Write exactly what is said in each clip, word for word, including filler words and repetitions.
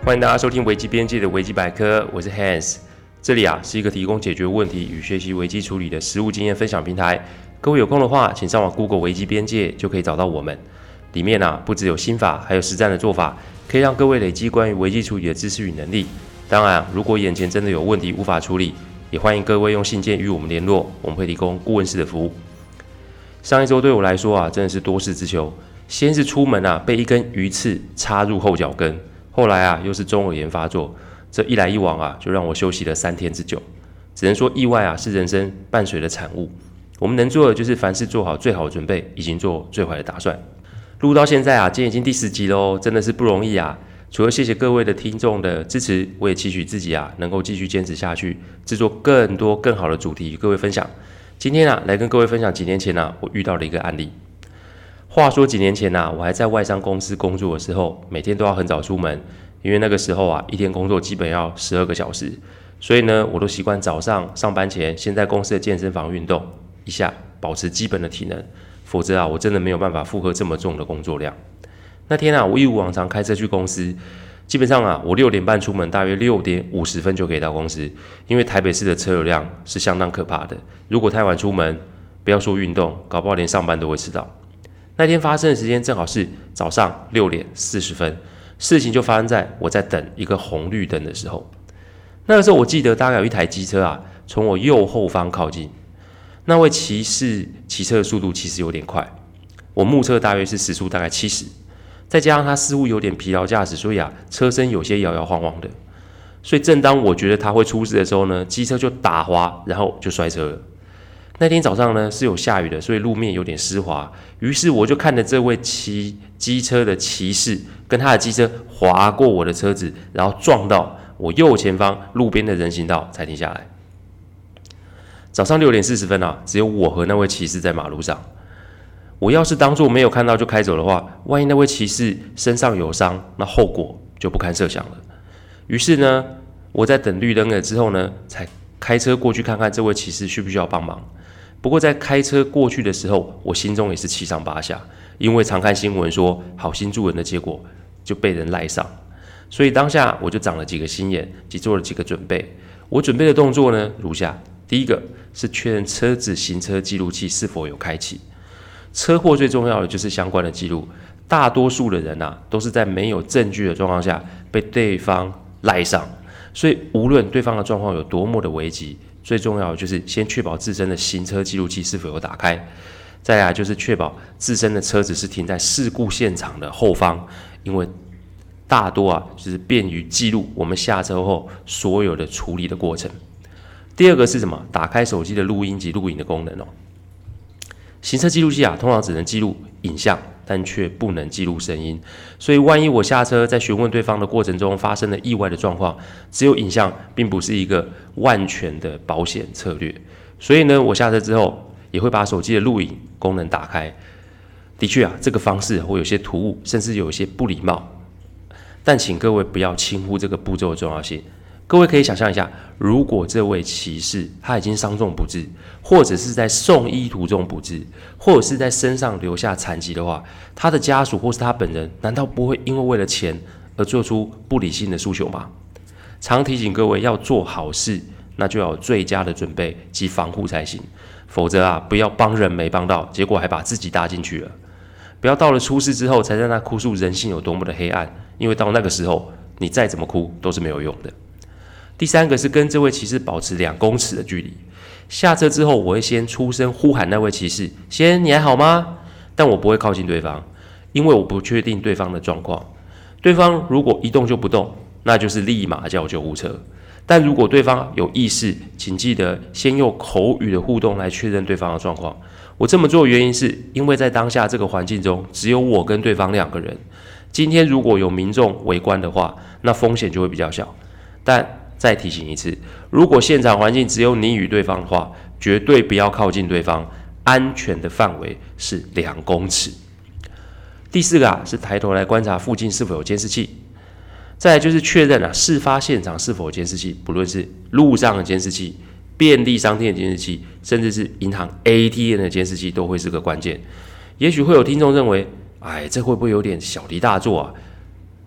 欢迎大家收听危机边界的危机百科，我是 Hans。这里啊是一个提供解决问题与学习危机处理的实务经验分享平台。各位有空的话，请上网 Google 危机边界就可以找到我们。里面啊不只有心法，还有实战的做法，可以让各位累积关于危机处理的知识与能力。当然，如果眼前真的有问题无法处理，也欢迎各位用信件与我们联络，我们会提供顾问式的服务。上一周对我来说啊，真的是多事之秋。先是出门啊，被一根鱼刺插入后脚跟。后来啊，又是中耳炎发作，这一来一往啊，就让我休息了三天之久。只能说意外啊，是人生伴随的产物。我们能做的就是凡事做好最好的准备，已经做最坏的打算。录到现在啊，今天已经第十集喽，真的是不容易啊。除了谢谢各位的听众的支持，我也期许自己啊，能够继续坚持下去，制作更多更好的主题与各位分享。今天啊，来跟各位分享几年前啊，我遇到的一个案例。话说几年前啊，我还在外商公司工作的时候，每天都要很早出门，因为那个时候啊，一天工作基本要十二个小时，所以呢，我都习惯早上上班前先在公司的健身房运动一下，保持基本的体能，否则啊，我真的没有办法负荷这么重的工作量。那天啊，我一如往常开车去公司，基本上啊，我六点半出门，大约六点五十分就可以到公司，因为台北市的车流量是相当可怕的，如果太晚出门，不要说运动，搞不好连上班都会迟到。那天发生的时间正好是早上六点四十分，事情就发生在我在等一个红绿灯的时候。那个时候我记得大概有一台机车啊，从我右后方靠近。那位骑士骑车的速度其实有点快，我目测大约是时速大概七十，再加上他似乎有点疲劳驾驶，所以啊车身有些摇摇晃晃的。所以正当我觉得他会出事的时候呢，机车就打滑，然后就摔车了。那天早上呢是有下雨的，所以路面有点湿滑，于是我就看着这位骑机车的骑士跟他的机车滑过我的车子，然后撞到我右前方路边的人行道才停下来。早上六点四十分啊，只有我和那位骑士在马路上。我要是当作没有看到就开走的话，万一那位骑士身上有伤，那后果就不堪设想了。于是呢，我在等绿灯了之后呢，才开车过去看看这位骑士需不需要帮忙。不过在开车过去的时候，我心中也是七上八下，因为常看新闻说好心助人的结果就被人赖上，所以当下我就长了几个心眼，及做了几个准备。我准备的动作呢如下：第一个是确认车子行车记录器是否有开启。车祸最重要的就是相关的记录，大多数的人啊都是在没有证据的状况下被对方赖上，所以无论对方的状况有多么的危急，最重要的就是先确保自身的行车记录器是否有打开，再来就是确保自身的车子是停在事故现场的后方，因为大多啊就是便于记录我们下车后所有的处理的过程。第二个是什么？打开手机的录音及录影的功能哦。行车记录器啊，通常只能记录影像，但却不能记录声音。所以，万一我下车在询问对方的过程中发生了意外的状况，只有影像并不是一个万全的保险策略。所以呢，我下车之后也会把手机的录影功能打开。的确啊，这个方式会有些突兀，甚至有一些不礼貌。但请各位不要轻忽这个步骤的重要性。各位可以想象一下，如果这位骑士他已经伤重不治，或者是在送医途中不治，或者是在身上留下残疾的话，他的家属或是他本人难道不会因为为了钱而做出不理性的诉求吗？常提醒各位要做好事，那就要有最佳的准备及防护才行，否则啊，不要帮人没帮到，结果还把自己搭进去了。不要到了出事之后才在那哭诉人性有多么的黑暗，因为到那个时候你再怎么哭都是没有用的。第三个是跟这位骑士保持两公尺的距离。下车之后，我会先出声呼喊那位骑士：“先，你还好吗？”但我不会靠近对方，因为我不确定对方的状况。对方如果一动就不动，那就是立马叫救护车。但如果对方有意识，请记得先用口语的互动来确认对方的状况。我这么做的原因是因为在当下这个环境中，只有我跟对方两个人。今天如果有民众围观的话，那风险就会比较小。但再提醒一次，如果现场环境只有你与对方的话，绝对不要靠近对方，安全的范围是两公尺。第四个啊，是抬头来观察附近是否有监视器。再来就是确认啊，事发现场是否有监视器，不论是路上的监视器、便利商店的监视器，甚至是银行 A T M 的监视器，都会是个关键。也许会有听众认为，哎，这会不会有点小题大做啊？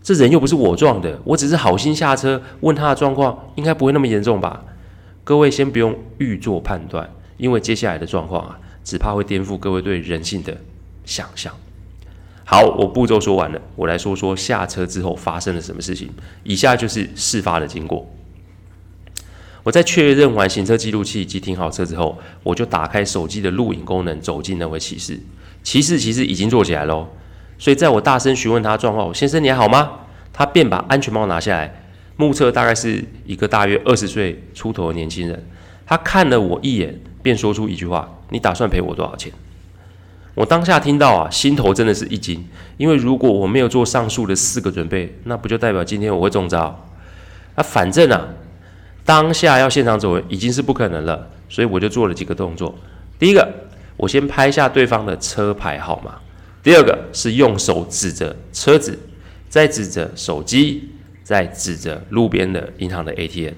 这人又不是我撞的，我只是好心下车问他的状况，应该不会那么严重吧？各位先不用预做判断，因为接下来的状况啊，只怕会颠覆各位对人性的想象。好，我步骤说完了，我来说说下车之后发生了什么事情。以下就是事发的经过。我在确认完行车记录器及停好车之后，我就打开手机的录影功能，走进那位骑士。骑士其实已经坐起来咯，所以在我大声询问他状况，先生你还好吗？他便把安全帽拿下来，目测大概是一个大约二十岁出头的年轻人。他看了我一眼，便说出一句话：你打算赔我多少钱？我当下听到啊，心头真的是一惊，因为如果我没有做上述的四个准备，那不就代表今天我会中招？啊，反正啊，当下要现场走人已经是不可能了，所以我就做了几个动作。第一个，我先拍下对方的车牌号码；第二个是用手指着车子，再指着手机，再指着路边的银行的 A T M。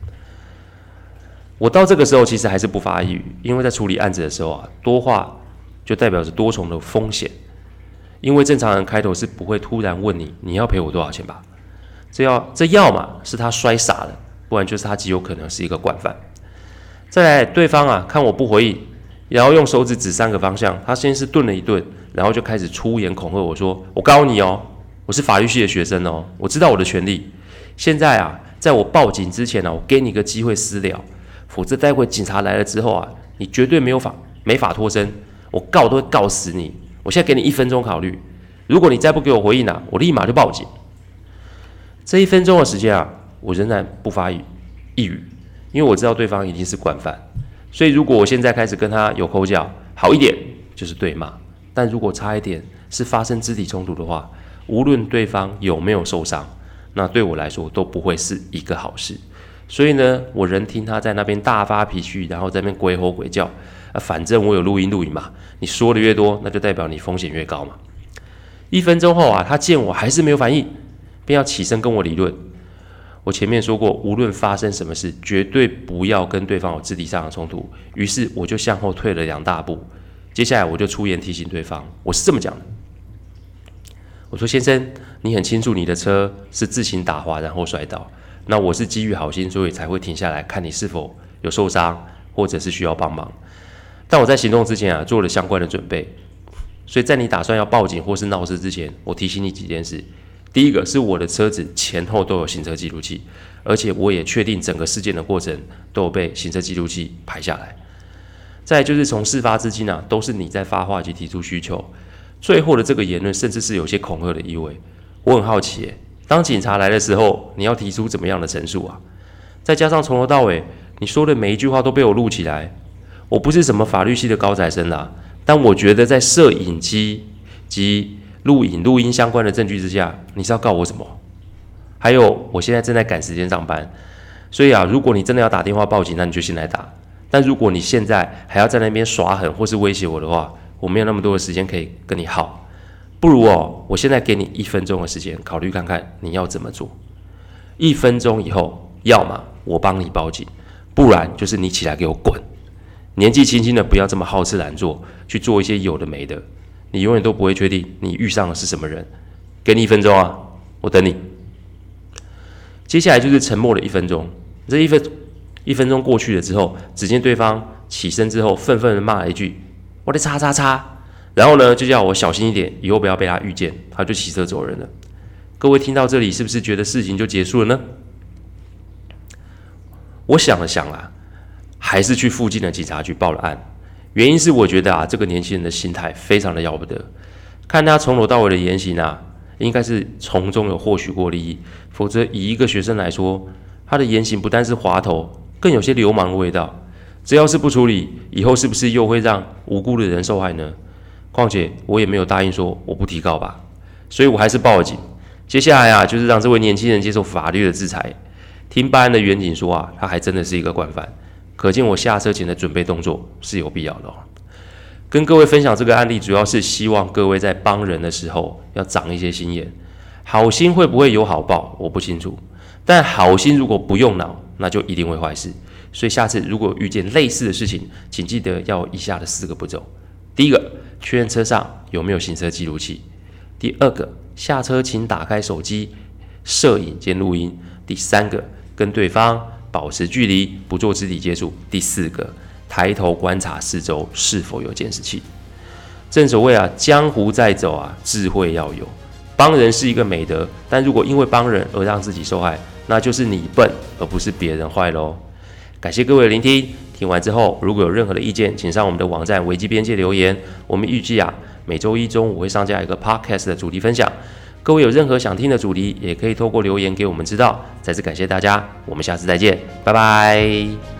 我到这个时候其实还是不发一语，因为在处理案子的时候啊，多话就代表着多重的风险。因为正常人开头是不会突然问你你要赔我多少钱吧？这要这要么是他摔傻了，不然就是他极有可能是一个惯犯。再来，对方啊看我不回应，然后用手指指三个方向，他先是顿了一顿，然后就开始出言恐吓我说：“我告诉你哦，我是法律系的学生哦，我知道我的权利。现在啊，在我报警之前啊，我给你一个机会私了，否则待会警察来了之后啊，你绝对没有法没法脱身，我告都会告死你。我现在给你一分钟考虑，如果你再不给我回应啊，我立马就报警。”这一分钟的时间啊，我仍然不发一语，因为我知道对方已经是惯犯，所以如果我现在开始跟他有口角，好一点就是对骂，但如果差一点是发生肢体冲突的话，无论对方有没有受伤，那对我来说都不会是一个好事。所以呢，我仍听他在那边大发脾气，然后在那边鬼吼鬼叫，啊，反正我有录音录影嘛，你说的越多，那就代表你风险越高嘛。一分钟后啊，他见我还是没有反应，便要起身跟我理论。我前面说过，无论发生什么事，绝对不要跟对方有肢体上的冲突。于是我就向后退了两大步，接下来我就出言提醒对方，我是这么讲的：我说先生，你很清楚你的车是自行打滑然后摔倒，那我是基于好心，所以才会停下来看你是否有受伤，或者是需要帮忙。但我在行动之前啊，做了相关的准备，所以在你打算要报警或是闹事之前，我提醒你几件事。第一个是我的车子前后都有行车记录器，而且我也确定整个事件的过程都有被行车记录器拍下来。再来就是从事发至今啊，都是你在发话及提出需求，最后的这个言论甚至是有些恐吓的意味。我很好奇耶，当警察来的时候，你要提出怎么样的陈述啊？再加上从头到尾你说的每一句话都被我录起来，我不是什么法律系的高材生啦，但我觉得在摄影机及录影、录音相关的证据之下，你是要告我什么？还有，我现在正在赶时间上班，所以啊，如果你真的要打电话报警，那你就先来打。但如果你现在还要在那边耍狠或是威胁我的话，我没有那么多的时间可以跟你耗。不如哦，我现在给你一分钟的时间，考虑看看你要怎么做。一分钟以后，要么我帮你报警，不然就是你起来给我滚。年纪轻轻的，不要这么好吃懒做，去做一些有的没的。你永远都不会确定你遇上的是什么人。给你一分钟啊，我等你。接下来就是沉默了一分钟。这一分一分钟过去了之后，只见对方起身之后，愤愤地骂了一句：“我的叉叉叉！”然后呢，就叫我小心一点，以后不要被他遇见。他就骑车走人了。各位听到这里，是不是觉得事情就结束了呢？我想了想啊，还是去附近的警察局报了案。原因是我觉得啊，这个年轻人的心态非常的要不得。看他从头到尾的言行啊，应该是从中有获取过利益，否则以一个学生来说，他的言行不但是滑头，更有些流氓的味道。只要是不处理，以后是不是又会让无辜的人受害呢？况且我也没有答应说我不提告吧，所以我还是报了警。接下来啊，就是让这位年轻人接受法律的制裁。听办案的员警说啊，他还真的是一个惯犯。可见我下车前的准备动作是有必要的哦。跟各位分享这个案例，主要是希望各位在帮人的时候要长一些心眼。好心会不会有好报，我不清楚。但好心如果不用脑，那就一定会坏事。所以下次如果遇见类似的事情，请记得要有以下的四个步骤：第一个，确认车上有没有行车记录器；第二个，下车请打开手机， 摄影兼录音；第三个，跟对方保持距离，不做肢体接触；第四个，抬头观察四周是否有监视器。正所谓啊，江湖在走啊，智慧要有。帮人是一个美德，但如果因为帮人而让自己受害，那就是你笨，而不是别人坏咯。感谢各位的聆听，听完之后，如果有任何的意见，请上我们的网站危机边界留言。我们预计啊，每周一中午会上架一个 podcast 的主题分享。各位有任何想听的主题，也可以透过留言给我们知道。再次感谢大家，我们下次再见，拜拜。